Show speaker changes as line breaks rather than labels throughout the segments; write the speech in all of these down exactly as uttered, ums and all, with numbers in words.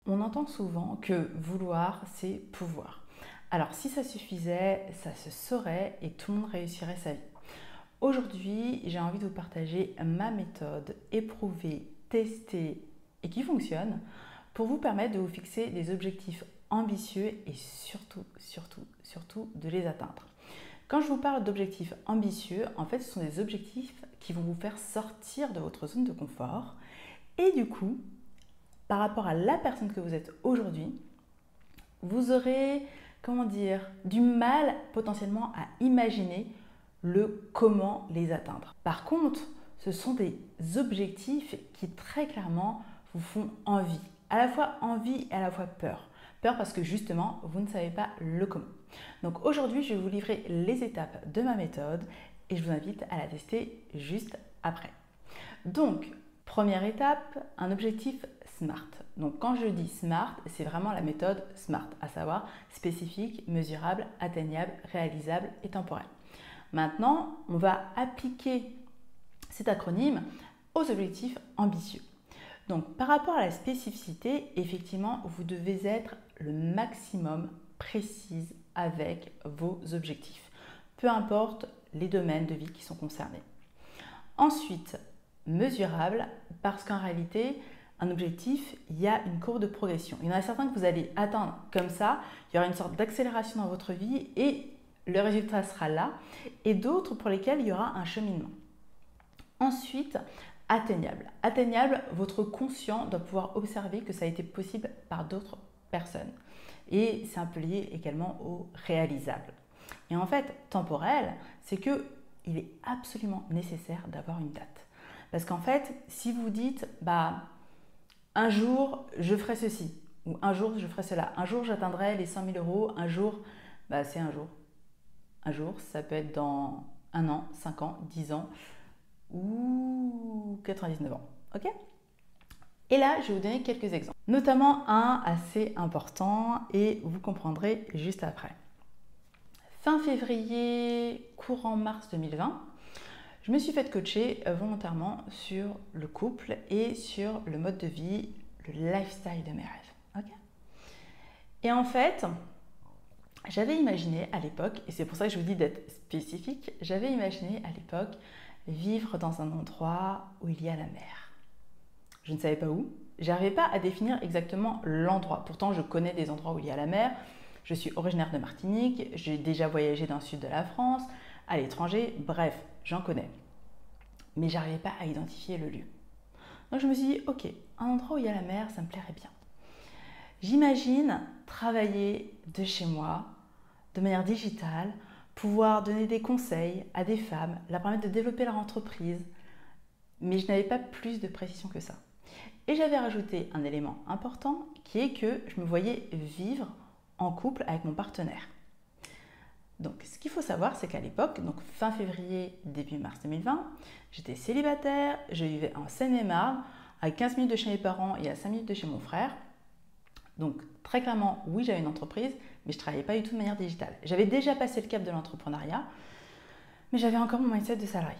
On entend souvent que vouloir, c'est pouvoir. Alors si ça suffisait, ça se saurait et tout le monde réussirait sa vie. Aujourd'hui, j'ai envie de vous partager ma méthode éprouvée, testée et qui fonctionne pour vous permettre de vous fixer des objectifs ambitieux et surtout, surtout, surtout de les atteindre. Quand je vous parle d'objectifs ambitieux, en fait, ce sont des objectifs qui vont vous faire sortir de votre zone de confort et du coup, par rapport à la personne que vous êtes aujourd'hui, vous aurez, comment dire, du mal potentiellement à imaginer le comment les atteindre. Par contre, ce sont des objectifs qui très clairement vous font envie. À la fois envie et à la fois peur. Peur parce que justement, vous ne savez pas le comment. Donc aujourd'hui, je vais vous livrer les étapes de ma méthode et je vous invite à la tester juste après. Donc, première étape, un objectif SMART. Donc quand je dis SMART, c'est vraiment la méthode SMART, à savoir spécifique, mesurable, atteignable, réalisable et temporel. Maintenant, on va appliquer cet acronyme aux objectifs ambitieux. Donc par rapport à la spécificité, effectivement, vous devez être le maximum précise avec vos objectifs, peu importe les domaines de vie qui sont concernés. Ensuite, mesurable, parce qu'en réalité, un objectif, il y a une courbe de progression. Il y en a certains que vous allez atteindre comme ça, il y aura une sorte d'accélération dans votre vie et le résultat sera là, et d'autres pour lesquels il y aura un cheminement. Ensuite, atteignable. Atteignable, votre conscient doit pouvoir observer que ça a été possible par d'autres personnes. Et c'est un peu lié également au réalisable. Et en fait, temporel, c'est que il est absolument nécessaire d'avoir une date. Parce qu'en fait, si vous dites, bah, un jour, je ferai ceci, ou un jour, je ferai cela, un jour, j'atteindrai les cent mille euros, un jour, bah, c'est un jour. Un jour, ça peut être dans un an, cinq ans, dix ans, ou quatre-vingt-dix-neuf ans. Ok ? Et là, je vais vous donner quelques exemples, notamment un assez important et vous comprendrez juste après. Fin février, courant mars deux mille vingt, je me suis fait coacher volontairement sur le couple et sur le mode de vie, le lifestyle de mes rêves. Okay, et en fait, j'avais imaginé à l'époque, et c'est pour ça que je vous dis d'être spécifique, j'avais imaginé à l'époque vivre dans un endroit où il y a la mer. Je ne savais pas où, j'arrivais pas à définir exactement l'endroit. Pourtant, je connais des endroits où il y a la mer. Je suis originaire de Martinique, j'ai déjà voyagé dans le sud de la France, à l'étranger, bref, j'en connais. Mais j'arrivais pas à identifier le lieu. Donc je me suis dit, ok, un endroit où il y a la mer, ça me plairait bien. J'imagine travailler de chez moi, de manière digitale, pouvoir donner des conseils à des femmes, leur permettre de développer leur entreprise, mais je n'avais pas plus de précision que ça. Et j'avais rajouté un élément important qui est que je me voyais vivre en couple avec mon partenaire. Donc ce qu'il faut savoir, c'est qu'à l'époque, donc fin février, début mars deux mille vingt, j'étais célibataire, je vivais en Seine-et-Marne, à quinze minutes de chez mes parents et à cinq minutes de chez mon frère. Donc très clairement, oui, j'avais une entreprise, mais je ne travaillais pas du tout de manière digitale. J'avais déjà passé le cap de l'entrepreneuriat, mais j'avais encore mon mindset de salarié.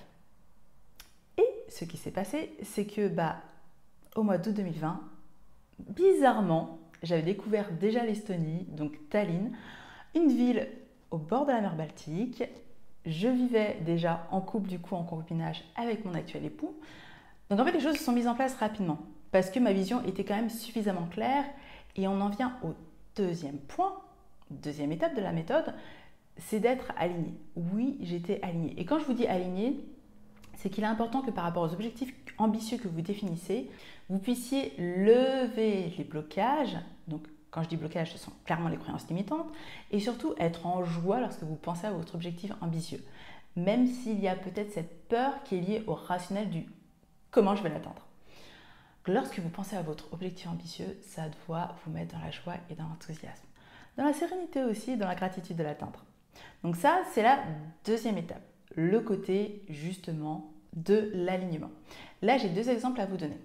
Et ce qui s'est passé, c'est que bah, au mois d'août deux mille vingt, bizarrement, j'avais découvert déjà l'Estonie, donc Tallinn, une ville au bord de la mer Baltique. Je vivais déjà en couple, du coup en concubinage avec mon actuel époux. Donc en fait, les choses se sont mises en place rapidement parce que ma vision était quand même suffisamment claire. Et on en vient au deuxième point, deuxième étape de la méthode, c'est d'être aligné. Oui, j'étais alignée. Et quand je vous dis aligné, c'est qu'il est important que par rapport aux objectifs ambitieux que vous définissez, vous puissiez lever les blocages. Donc quand je dis blocage, ce sont clairement les croyances limitantes, et surtout être en joie lorsque vous pensez à votre objectif ambitieux, même s'il y a peut-être cette peur qui est liée au rationnel du comment je vais l'atteindre. Lorsque vous pensez à votre objectif ambitieux, ça doit vous mettre dans la joie et dans l'enthousiasme, dans la sérénité aussi, dans la gratitude de l'atteindre. Donc ça, c'est la deuxième étape, le côté justement de l'alignement. Là, j'ai deux exemples à vous donner.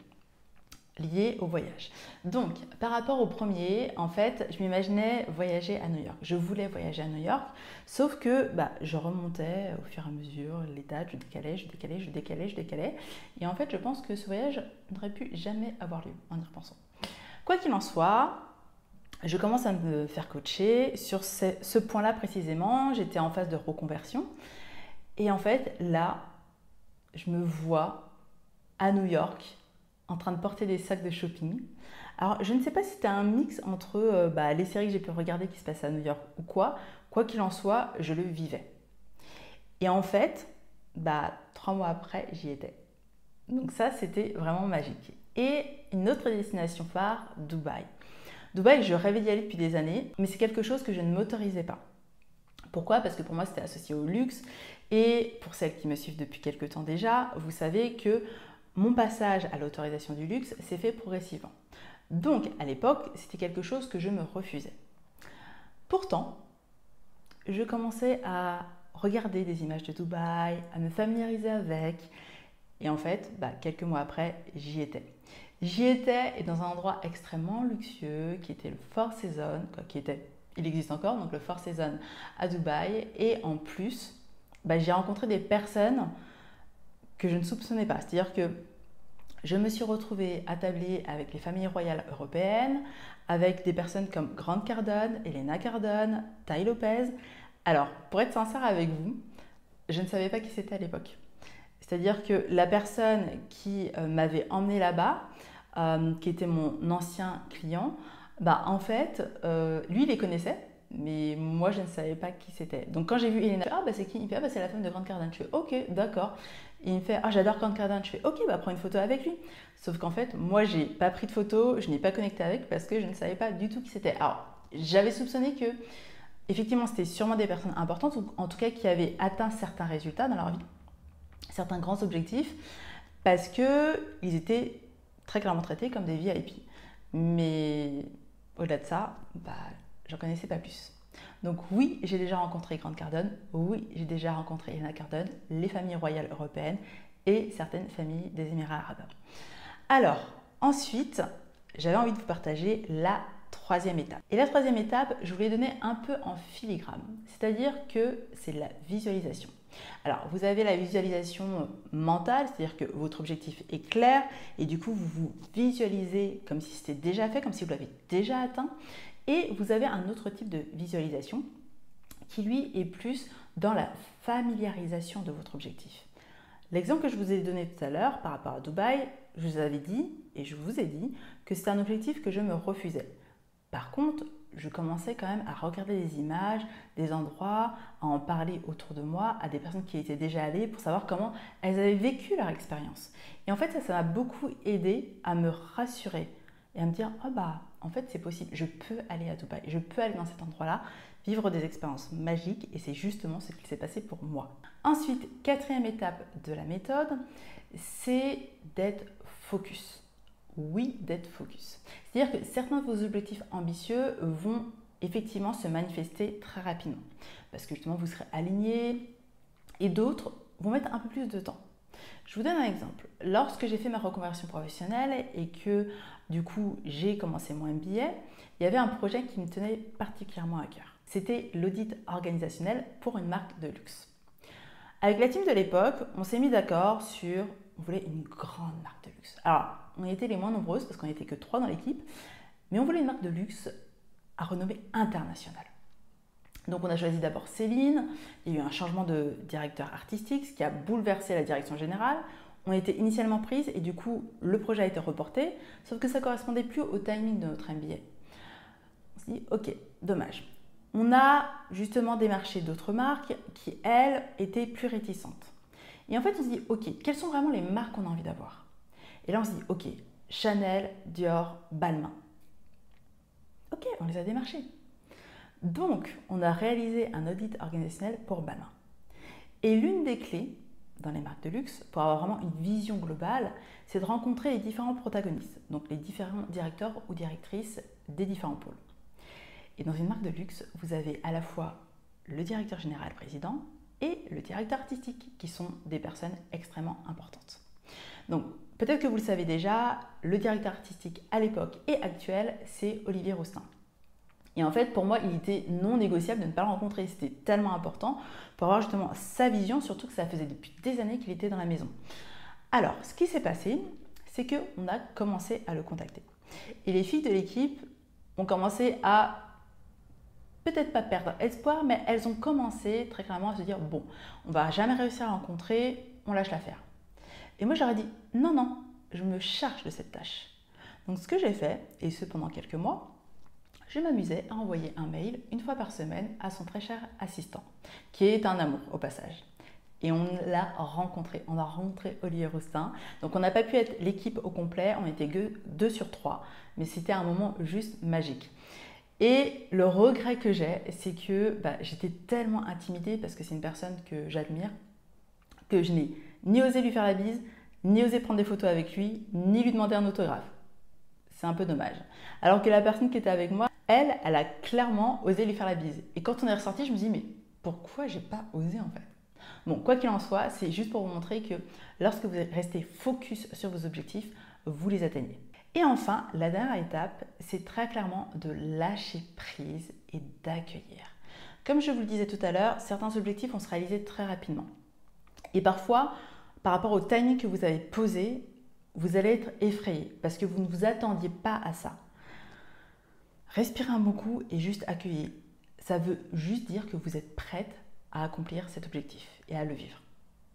Lié au voyage. Donc, par rapport au premier, en fait, je m'imaginais voyager à New York. Je voulais voyager à New York, sauf que bah, je remontais au fur et à mesure les dates, je décalais, je décalais, je décalais, je décalais. Et en fait, je pense que ce voyage n'aurait pu jamais avoir lieu en y repensant. Quoi qu'il en soit, je commence à me faire coacher sur ce, ce point-là précisément. J'étais en phase de reconversion. Et en fait, là, je me vois à New York en train de porter des sacs de shopping. Alors, je ne sais pas si c'était un mix entre euh, bah, les séries que j'ai pu regarder qui se passaient à New York ou quoi. Quoi qu'il en soit, je le vivais. Et en fait, bah, trois mois après, j'y étais. Donc ça, c'était vraiment magique. Et une autre destination phare, Dubaï. Dubaï, je rêvais d'y aller depuis des années, mais c'est quelque chose que je ne m'autorisais pas. Pourquoi? Parce que pour moi, c'était associé au luxe. Et pour celles qui me suivent depuis quelques temps déjà, vous savez que mon passage à l'autorisation du luxe s'est fait progressivement. Donc, à l'époque, c'était quelque chose que je me refusais. Pourtant, je commençais à regarder des images de Dubaï, à me familiariser avec. Et en fait, bah, quelques mois après, j'y étais. J'y étais et dans un endroit extrêmement luxueux qui était le Four Seasons, quoi, qui était, il existe encore, donc le Four Seasons à Dubaï. Et en plus, bah, j'ai rencontré des personnes que je ne soupçonnais pas. C'est-à-dire que je me suis retrouvée attablée avec les familles royales européennes, avec des personnes comme Grant Cardone, Helena Cardone, Tai Lopez. Alors, pour être sincère avec vous, je ne savais pas qui c'était à l'époque. C'est-à-dire que la personne qui euh, m'avait emmenée là-bas, euh, qui était mon ancien client, bah, en fait, euh, lui, il les connaissait, mais moi, je ne savais pas qui c'était. Donc, quand j'ai vu Helena, ah, bah, c'est qui? Il me fait, ah, bah, c'est la femme de Grant Cardone. Je fais, ok, d'accord. Il me fait, ah, j'adore Grant Cardone. Je fais, ok, bah, prends une photo avec lui. Sauf qu'en fait, moi, j'ai pas pris de photo, je n'ai pas connecté avec parce que je ne savais pas du tout qui c'était. Alors, j'avais soupçonné que, effectivement, c'était sûrement des personnes importantes, ou en tout cas qui avaient atteint certains résultats dans leur vie, certains grands objectifs, parce qu'ils étaient très clairement traités comme des V I P. Mais au-delà de ça, bah, j'en connaissais pas plus. Donc oui, j'ai déjà rencontré Grant Cardone, oui, j'ai déjà rencontré Helena Cardone, les familles royales européennes et certaines familles des Émirats arabes. Alors, ensuite, j'avais envie de vous partager la troisième étape. Et la troisième étape, je vous l'ai donnée un peu en filigrane, c'est-à-dire que c'est la visualisation. Alors, vous avez la visualisation mentale, c'est-à-dire que votre objectif est clair et du coup, vous vous visualisez comme si c'était déjà fait, comme si vous l'avez déjà atteint. Et vous avez un autre type de visualisation qui, lui, est plus dans la familiarisation de votre objectif. L'exemple que je vous ai donné tout à l'heure par rapport à Dubaï, je vous avais dit et je vous ai dit que c'était un objectif que je me refusais. Par contre, je commençais quand même à regarder des images, des endroits, à en parler autour de moi, à des personnes qui étaient déjà allées pour savoir comment elles avaient vécu leur expérience. Et en fait, ça, ça m'a beaucoup aidé à me rassurer et à me dire « Oh bah, en fait, c'est possible, je peux aller à Dubaï, je peux aller dans cet endroit-là, vivre des expériences magiques et c'est justement ce qui s'est passé pour moi. » Ensuite, quatrième étape de la méthode, c'est d'être focus. Oui, d'être focus. C'est-à-dire que certains de vos objectifs ambitieux vont effectivement se manifester très rapidement parce que justement vous serez aligné et d'autres vont mettre un peu plus de temps. Je vous donne un exemple. Lorsque j'ai fait ma reconversion professionnelle et que du coup j'ai commencé mon M B A, il y avait un projet qui me tenait particulièrement à cœur. C'était l'audit organisationnel pour une marque de luxe. Avec la team de l'époque, on s'est mis d'accord sur, on voulait une grande marque de luxe. Alors, on était les moins nombreuses parce qu'on n'était que trois dans l'équipe, mais on voulait une marque de luxe à renommée internationale. Donc on a choisi d'abord Céline, il y a eu un changement de directeur artistique, ce qui a bouleversé la direction générale. On était initialement prises et du coup le projet a été reporté, sauf que ça ne correspondait plus au timing de notre M B A. On s'est dit ok, dommage. On a justement démarché d'autres marques qui, elles, étaient plus réticentes. Et en fait, on se dit, ok, quelles sont vraiment les marques qu'on a envie d'avoir? Et là, on se dit, ok, Chanel, Dior, Balmain. Ok, on les a démarchés. Donc, on a réalisé un audit organisationnel pour Balmain. Et l'une des clés dans les marques de luxe, pour avoir vraiment une vision globale, c'est de rencontrer les différents protagonistes, donc les différents directeurs ou directrices des différents pôles. Et dans une marque de luxe, vous avez à la fois le directeur général président et le directeur artistique, qui sont des personnes extrêmement importantes. Donc, peut-être que vous le savez déjà, le directeur artistique à l'époque et actuel, c'est Olivier Rousteing. Et en fait, pour moi, il était non négociable de ne pas le rencontrer. C'était tellement important pour avoir justement sa vision, surtout que ça faisait depuis des années qu'il était dans la maison. Alors, ce qui s'est passé, c'est qu'on a commencé à le contacter. Et les filles de l'équipe ont commencé à peut-être pas perdre espoir, mais elles ont commencé très clairement à se dire bon, on va jamais réussir à rencontrer, on lâche l'affaire. Et moi j'aurais dit non, non, je me charge de cette tâche. Donc ce que j'ai fait, et ce pendant quelques mois, je m'amusais à envoyer un mail une fois par semaine à son très cher assistant, qui est un amour au passage. Et on l'a rencontré, on a rencontré Olivier Roustin. Donc on n'a pas pu être l'équipe au complet, on était que deux sur trois, mais c'était un moment juste magique. Et le regret que j'ai, c'est que bah, j'étais tellement intimidée parce que c'est une personne que j'admire, que je n'ai ni osé lui faire la bise, ni osé prendre des photos avec lui, ni lui demander un autographe. C'est un peu dommage. Alors que la personne qui était avec moi, elle, elle a clairement osé lui faire la bise. Et quand on est ressorti, je me dis mais pourquoi j'ai pas osé en fait? Bon, quoi qu'il en soit, c'est juste pour vous montrer que lorsque vous restez focus sur vos objectifs, vous les atteignez. Et enfin, la dernière étape, c'est très clairement de lâcher prise et d'accueillir. Comme je vous le disais tout à l'heure, certains objectifs vont se réaliser très rapidement. Et parfois, par rapport au timing que vous avez posé, vous allez être effrayé parce que vous ne vous attendiez pas à ça. Respirez un bon coup et juste accueillez. Ça veut juste dire que vous êtes prête à accomplir cet objectif et à le vivre.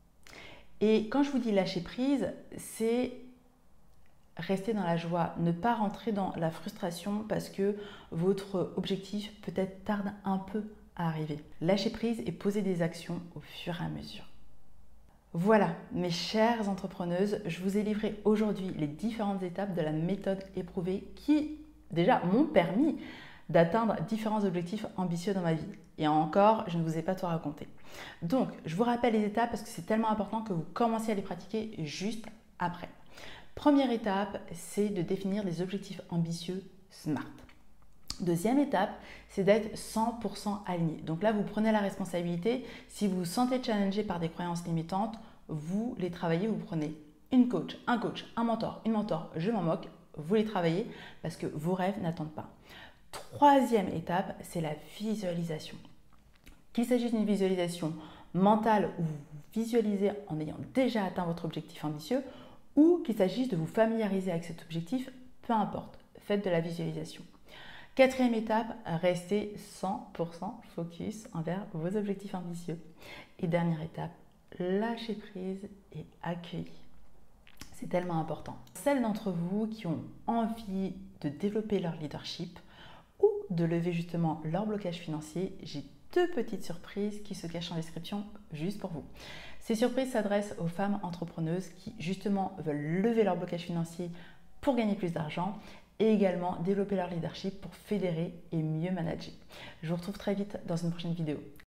Et quand je vous dis lâcher prise, c'est rester dans la joie, ne pas rentrer dans la frustration parce que votre objectif peut-être tarde un peu à arriver. Lâcher prise et poser des actions au fur et à mesure. Voilà, mes chères entrepreneuses, je vous ai livré aujourd'hui les différentes étapes de la méthode éprouvée qui, déjà, m'ont permis d'atteindre différents objectifs ambitieux dans ma vie. Et encore, je ne vous ai pas tout raconté. Donc, je vous rappelle les étapes parce que c'est tellement important que vous commenciez à les pratiquer juste après. Première étape, c'est de définir des objectifs ambitieux SMART. Deuxième étape, c'est d'être cent pour cent aligné. Donc là, vous prenez la responsabilité. Si vous vous sentez challengé par des croyances limitantes, vous les travaillez, vous prenez une coach, un coach, un mentor, une mentor, je m'en moque, vous les travaillez parce que vos rêves n'attendent pas. Troisième étape, c'est la visualisation. Qu'il s'agisse d'une visualisation mentale où vous visualisez en ayant déjà atteint votre objectif ambitieux ou qu'il s'agisse de vous familiariser avec cet objectif, peu importe, faites de la visualisation. Quatrième étape, restez cent pour cent focus envers vos objectifs ambitieux. Et dernière étape, lâchez prise et accueillez. C'est tellement important. Celles d'entre vous qui ont envie de développer leur leadership ou de lever justement leur blocage financier, j'ai deux petites surprises qui se cachent en description juste pour vous. Ces surprises s'adressent aux femmes entrepreneuses qui justement veulent lever leur blocage financier pour gagner plus d'argent et également développer leur leadership pour fédérer et mieux manager. Je vous retrouve très vite dans une prochaine vidéo.